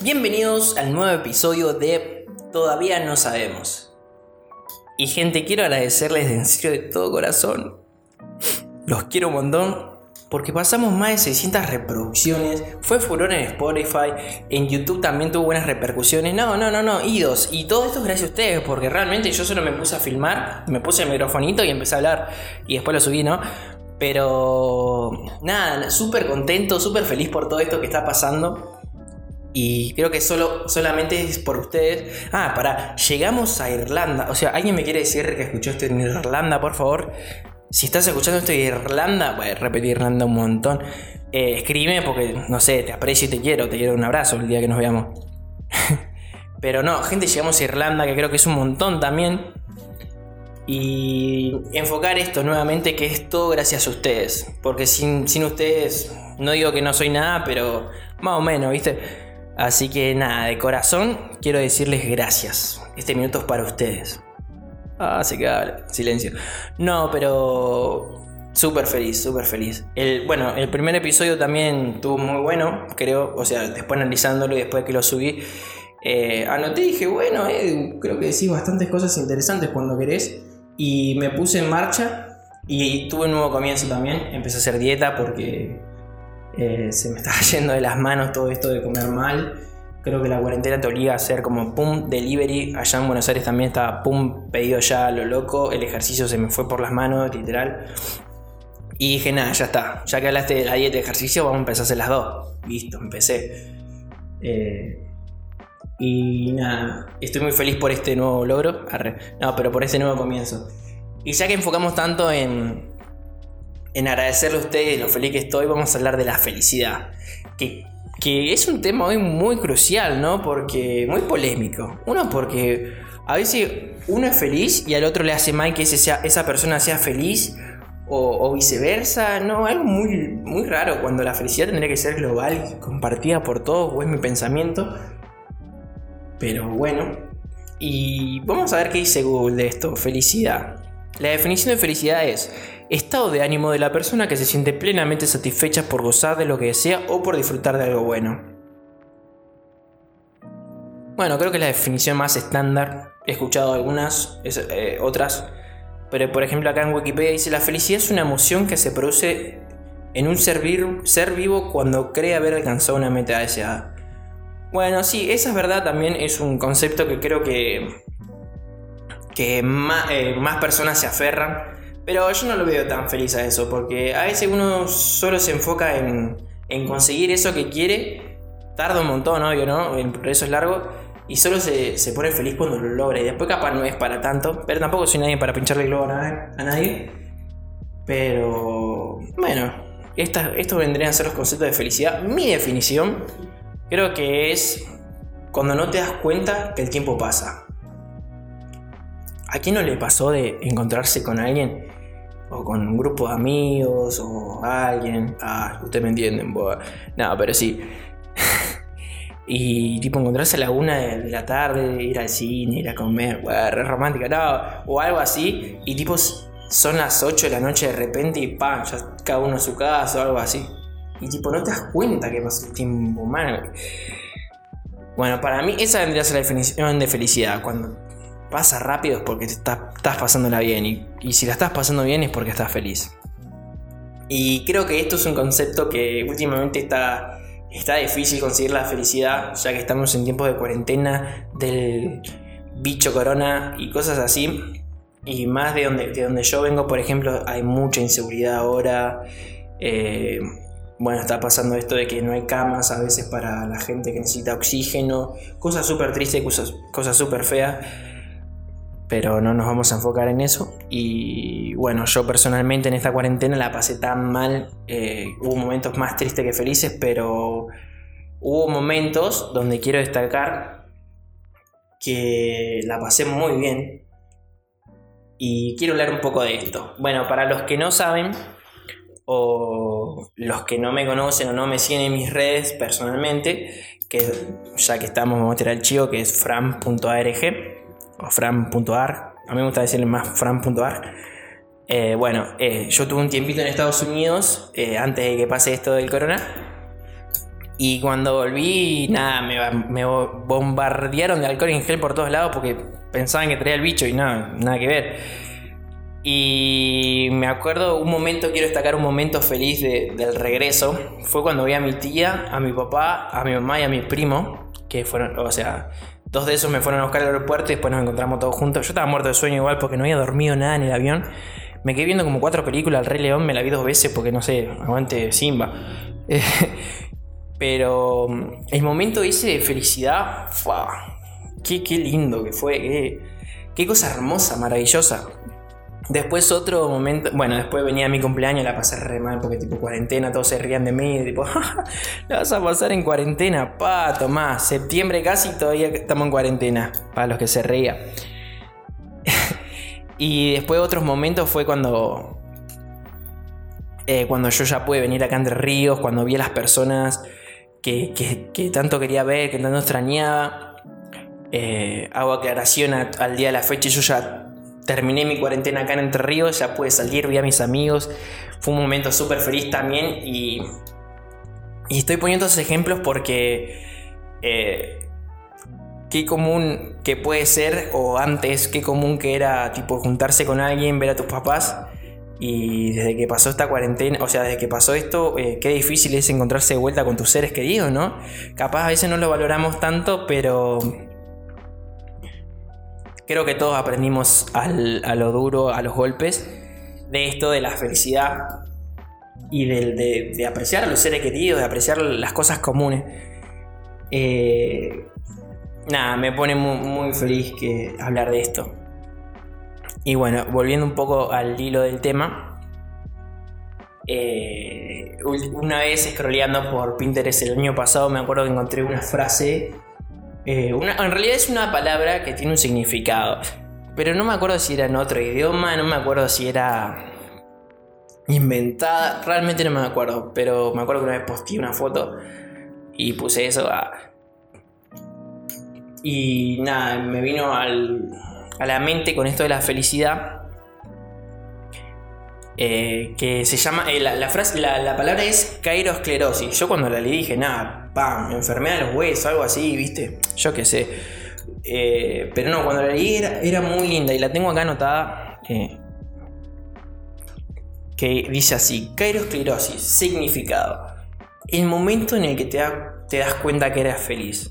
Bienvenidos al nuevo episodio de Todavía no sabemos. Y gente, quiero agradecerles en serio de todo corazón. Los quiero un montón porque pasamos más de 600 reproducciones. Fue furor en Spotify, en YouTube también tuvo buenas repercusiones. Idos. Y todo esto es gracias a ustedes, porque realmente yo solo me puse a filmar, me puse el microfonito y empecé a hablar. Y después lo subí, ¿no? Pero nada, súper contento, súper feliz por todo esto que está pasando. Y creo que solamente es por ustedes. Llegamos a Irlanda. O sea, ¿alguien me quiere decir que escuchó esto en Irlanda, por favor? Si estás escuchando esto en Irlanda, voy a repetir Irlanda un montón. Escríbeme porque, no sé, te aprecio y te quiero un abrazo el día que nos veamos. Pero no, gente, llegamos a Irlanda, que creo que es un montón también. Y enfocar esto nuevamente, que es todo gracias a ustedes. Porque sin ustedes, no digo que no soy nada, pero más o menos, ¿viste? Así que nada, de corazón quiero decirles gracias. Este minuto es para ustedes. Se queda silencio. No, pero súper feliz. El primer episodio también estuvo muy bueno, creo. O sea, después analizándolo y después que lo subí, anoté y dije, bueno, creo que decís bastantes cosas interesantes cuando querés. Y me puse en marcha y tuve un nuevo comienzo también. Empecé a hacer dieta porque se me estaba yendo de las manos todo esto de comer mal. Creo que la cuarentena te obliga a hacer como pum, delivery. Allá en Buenos Aires también estaba pum, pedido ya a lo loco. El ejercicio se me fue por las manos, literal. Y dije, nada, ya está. Ya que hablaste de la dieta y ejercicio, vamos a empezar a hacer las dos. Listo, empecé. Y nada, estoy muy feliz por este nuevo logro. Pero por este nuevo comienzo. Y ya que enfocamos tanto en agradecerle a ustedes lo feliz que estoy, vamos a hablar de la felicidad. Que es un tema hoy muy crucial, ¿no? Porque muy polémico. Uno, porque a veces uno es feliz y al otro le hace mal que esa persona sea feliz o viceversa, ¿no? Algo muy, muy raro cuando la felicidad tendría que ser global y compartida por todos, o es mi pensamiento. Pero bueno, y vamos a ver qué dice Google de esto, felicidad. La definición de felicidad es estado de ánimo de la persona que se siente plenamente satisfecha por gozar de lo que desea o por disfrutar de algo bueno. Bueno, creo que es la definición más estándar. He escuchado algunas, otras. Pero por ejemplo acá en Wikipedia dice: la felicidad es una emoción que se produce en un ser vivo cuando cree haber alcanzado una meta deseada. Bueno, sí, esa es verdad, también es un concepto que creo que más personas se aferran. Pero yo no lo veo tan feliz a eso, porque a veces uno solo se enfoca en conseguir eso que quiere. Tarda un montón, obvio, ¿no? El progreso es largo. Y solo se pone feliz cuando lo logra. Y después capaz no es para tanto. Pero tampoco soy nadie para pincharle el globo a nadie. Pero bueno, estos vendrían a ser los conceptos de felicidad. Mi definición creo que es cuando no te das cuenta que el tiempo pasa. ¿A quién no le pasó de encontrarse con alguien o con un grupo de amigos o alguien? Ustedes me entienden, boa. No, pero sí. Y tipo encontrarse a la 1 de la tarde, ir al cine, ir a comer, re romántica, no, o algo así. Y tipo son las 8 de la noche de repente y ¡pam! Ya cada uno a su casa o algo así. Y tipo no te das cuenta que pasó el tiempo mal. Bueno, para mí esa vendría a ser la definición de felicidad. Cuando pasa rápido es porque estás pasándola bien. Y si la estás pasando bien es porque estás feliz. Y creo que esto es un concepto que últimamente está difícil conseguir la felicidad, ya que estamos en tiempos de cuarentena, del bicho corona y cosas así. Y más de donde yo vengo, por ejemplo, hay mucha inseguridad ahora. Bueno, está pasando esto de que no hay camas a veces para la gente que necesita oxígeno. Cosas súper tristes, cosas súper feas. Pero no nos vamos a enfocar en eso. Y bueno, yo personalmente en esta cuarentena la pasé tan mal. Hubo momentos más tristes que felices, pero hubo momentos donde quiero destacar que la pasé muy bien. Y quiero hablar un poco de esto. Bueno, para los que no saben, o los que no me conocen o no me siguen en mis redes personalmente, que ya que estamos, vamos a tirar el chivo, que es fran.arg o fran.ar. A mí me gusta decirle más fran.ar. Yo tuve un tiempito en Estados Unidos antes de que pase esto del corona. Y cuando volví, nada, me bombardearon de alcohol en gel por todos lados porque pensaban que traía el bicho y nada que ver. Y me acuerdo quiero destacar un momento feliz del regreso. Fue cuando vi a mi tía, a mi papá, a mi mamá y a mi primo, que fueron, o sea, 2 de esos me fueron a buscar al aeropuerto y después nos encontramos todos juntos. Yo estaba muerto de sueño igual porque no había dormido nada en el avión. Me quedé viendo como 4 películas. El Rey León me la vi 2 veces porque no sé, aguante Simba. Pero el momento ese de felicidad, ¡fua! Qué lindo que fue, qué cosa hermosa, maravillosa. Después otro momento, bueno, después venía mi cumpleaños, la pasé re mal porque tipo cuarentena, todos se rían de mí, tipo, la vas a pasar en cuarentena, tomá, septiembre casi todavía estamos en cuarentena, para los que se reían. Y después otros momentos fue cuando yo ya pude venir acá a Entre Ríos, cuando vi a las personas que tanto quería ver, que tanto extrañaba. Hago aclaración al día de la fecha, yo ya terminé mi cuarentena acá en Entre Ríos, ya pude salir, vi a mis amigos, fue un momento súper feliz también y estoy poniendo esos ejemplos porque qué común que puede ser, o antes, qué común que era tipo juntarse con alguien, ver a tus papás. Y desde que pasó esta cuarentena, o sea, desde que pasó esto, qué difícil es encontrarse de vuelta con tus seres queridos, ¿no? Capaz a veces no lo valoramos tanto, pero creo que todos aprendimos a lo duro, a los golpes, de esto de la felicidad y de apreciar a los seres queridos, de apreciar las cosas comunes. Nada, me pone muy, muy feliz que hablar de esto. Y bueno, volviendo un poco al hilo del tema, una vez scrolleando por Pinterest el año pasado me acuerdo que encontré una frase, en realidad es una palabra que tiene un significado, pero no me acuerdo si era en otro idioma, no me acuerdo si era inventada, realmente no me acuerdo, pero me acuerdo que una vez posteé una foto y puse eso y nada, me vino a la mente con esto de la felicidad, que se llama, la palabra es cairosclerosis. Yo cuando la leí dije, enfermedad de los huesos, algo así, viste, yo qué sé, pero no, cuando la leí era muy linda y la tengo acá anotada, que dice así: cairosclerosis, significado: el momento en el que te das cuenta que eres feliz.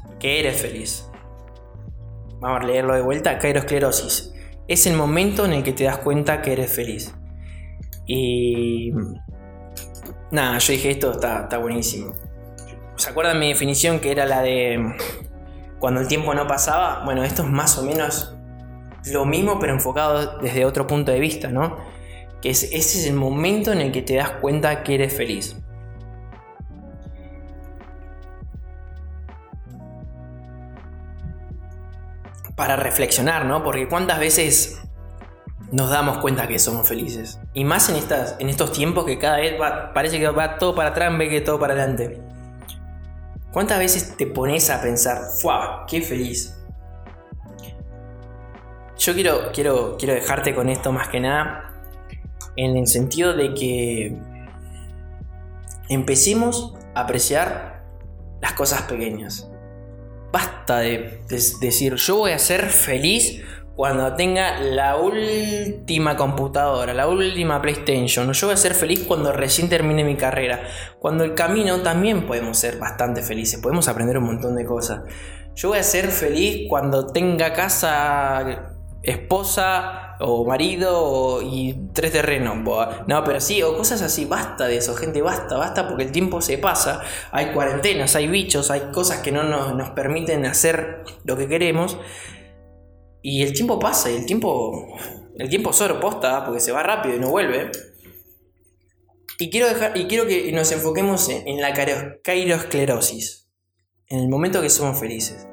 Vamos a leerlo de vuelta. Cairosclerosis es el momento en el que te das cuenta que eres feliz. Y nada, yo dije, esto está buenísimo. ¿Se acuerdan mi definición, que era la de cuando el tiempo no pasaba? Bueno, esto es más o menos lo mismo, pero enfocado desde otro punto de vista, ¿no? Que ese es el momento en el que te das cuenta que eres feliz. Para reflexionar, ¿no? Porque cuántas veces nos damos cuenta que somos felices. Y más en estos tiempos que cada vez parece que va todo para atrás en vez que todo para adelante. ¿Cuántas veces te pones a pensar, ¡fua! ¡Qué feliz! Yo quiero dejarte con esto más que nada, en el sentido de que empecemos a apreciar las cosas pequeñas. Basta de decir, yo voy a ser feliz cuando tenga la última computadora, la última PlayStation. Yo voy a ser feliz cuando recién termine mi carrera. Cuando el camino también podemos ser bastante felices, podemos aprender un montón de cosas. Yo voy a ser feliz cuando tenga casa, esposa o marido y 3 terrenos. No, pero sí, o cosas así. Basta de eso, gente, basta, porque el tiempo se pasa. Hay cuarentenas, hay bichos, hay cosas que no nos permiten hacer lo que queremos. Y el tiempo pasa, y el tiempo solo posta, porque se va rápido y no vuelve. Y quiero que nos enfoquemos en la cairosclerosis, en el momento que somos felices.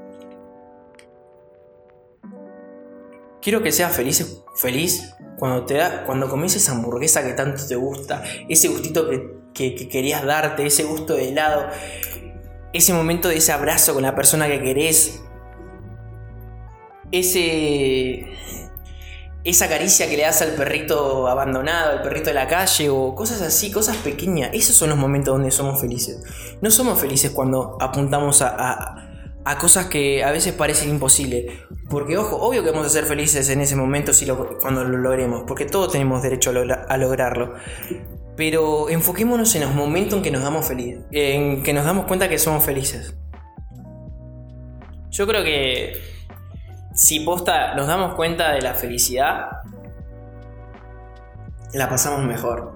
Quiero que seas feliz cuando comes esa hamburguesa que tanto te gusta, ese gustito que querías darte, ese gusto de helado, ese momento de ese abrazo con la persona que querés, ese esa caricia que le das al perrito abandonado, al perrito de la calle, o cosas así, cosas pequeñas. Esos son los momentos donde somos felices. No somos felices cuando apuntamos a cosas que a veces parecen imposibles. Porque, ojo, obvio que vamos a ser felices en ese momento cuando lo logremos, porque todos tenemos derecho a lograrlo. Pero enfoquémonos en los momentos en que nos damos felices, en que nos damos cuenta que somos felices. Yo creo que si posta nos damos cuenta de la felicidad, la pasamos mejor.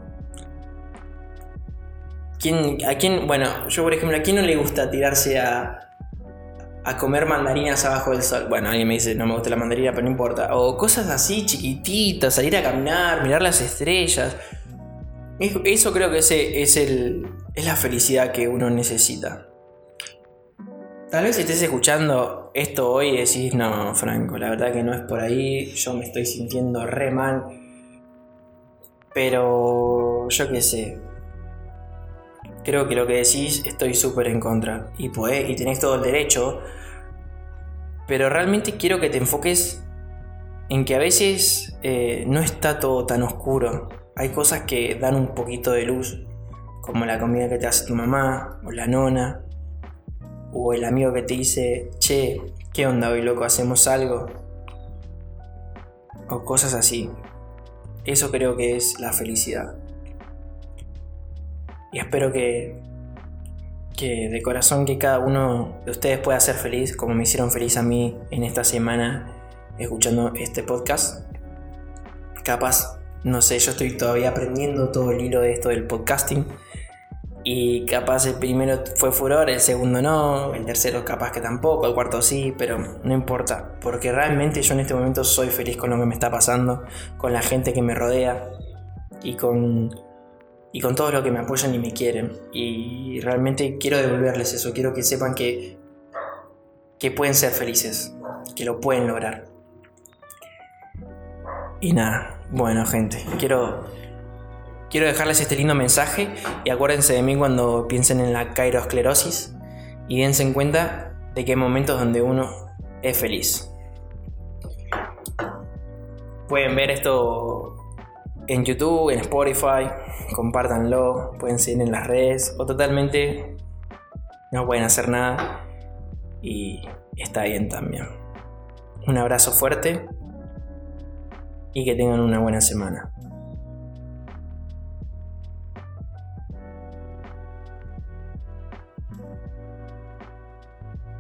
Bueno, yo por ejemplo, ¿a quién no le gusta tirarse a comer mandarinas abajo del sol? Bueno, alguien me dice, no me gusta la mandarina, pero no importa. O cosas así chiquititas, salir a caminar, mirar las estrellas. Eso creo que es la felicidad que uno necesita. Tal vez estés escuchando esto hoy y decís, no, Franco, la verdad que no es por ahí, yo me estoy sintiendo re mal. Pero yo qué sé. Creo que lo que decís estoy súper en contra. Y tenés todo el derecho. Pero realmente quiero que te enfoques en que a veces no está todo tan oscuro. Hay cosas que dan un poquito de luz, como la comida que te hace tu mamá, o la nona, o el amigo que te dice, che, ¿qué onda hoy, loco? ¿Hacemos algo? O cosas así. Eso creo que es la felicidad. Y espero que de corazón que cada uno de ustedes pueda ser feliz, como me hicieron feliz a mí en esta semana escuchando este podcast. Capaz, no sé, yo estoy todavía aprendiendo todo el hilo de esto del podcasting. Y capaz el primero fue furor, el segundo no, el tercero capaz que tampoco, el cuarto sí, pero no importa. Porque realmente yo en este momento soy feliz con lo que me está pasando, con la gente que me rodea y con todos los que me apoyan y me quieren. Y realmente quiero devolverles eso, quiero que sepan que pueden ser felices, que lo pueden lograr. Y nada, bueno gente, quiero dejarles este lindo mensaje y acuérdense de mí cuando piensen en la cairosclerosis y dense en cuenta de que hay momentos donde uno es feliz. Pueden ver esto en YouTube, en Spotify, compártanlo, pueden seguir en las redes o totalmente no pueden hacer nada y está bien también. Un abrazo fuerte y que tengan una buena semana.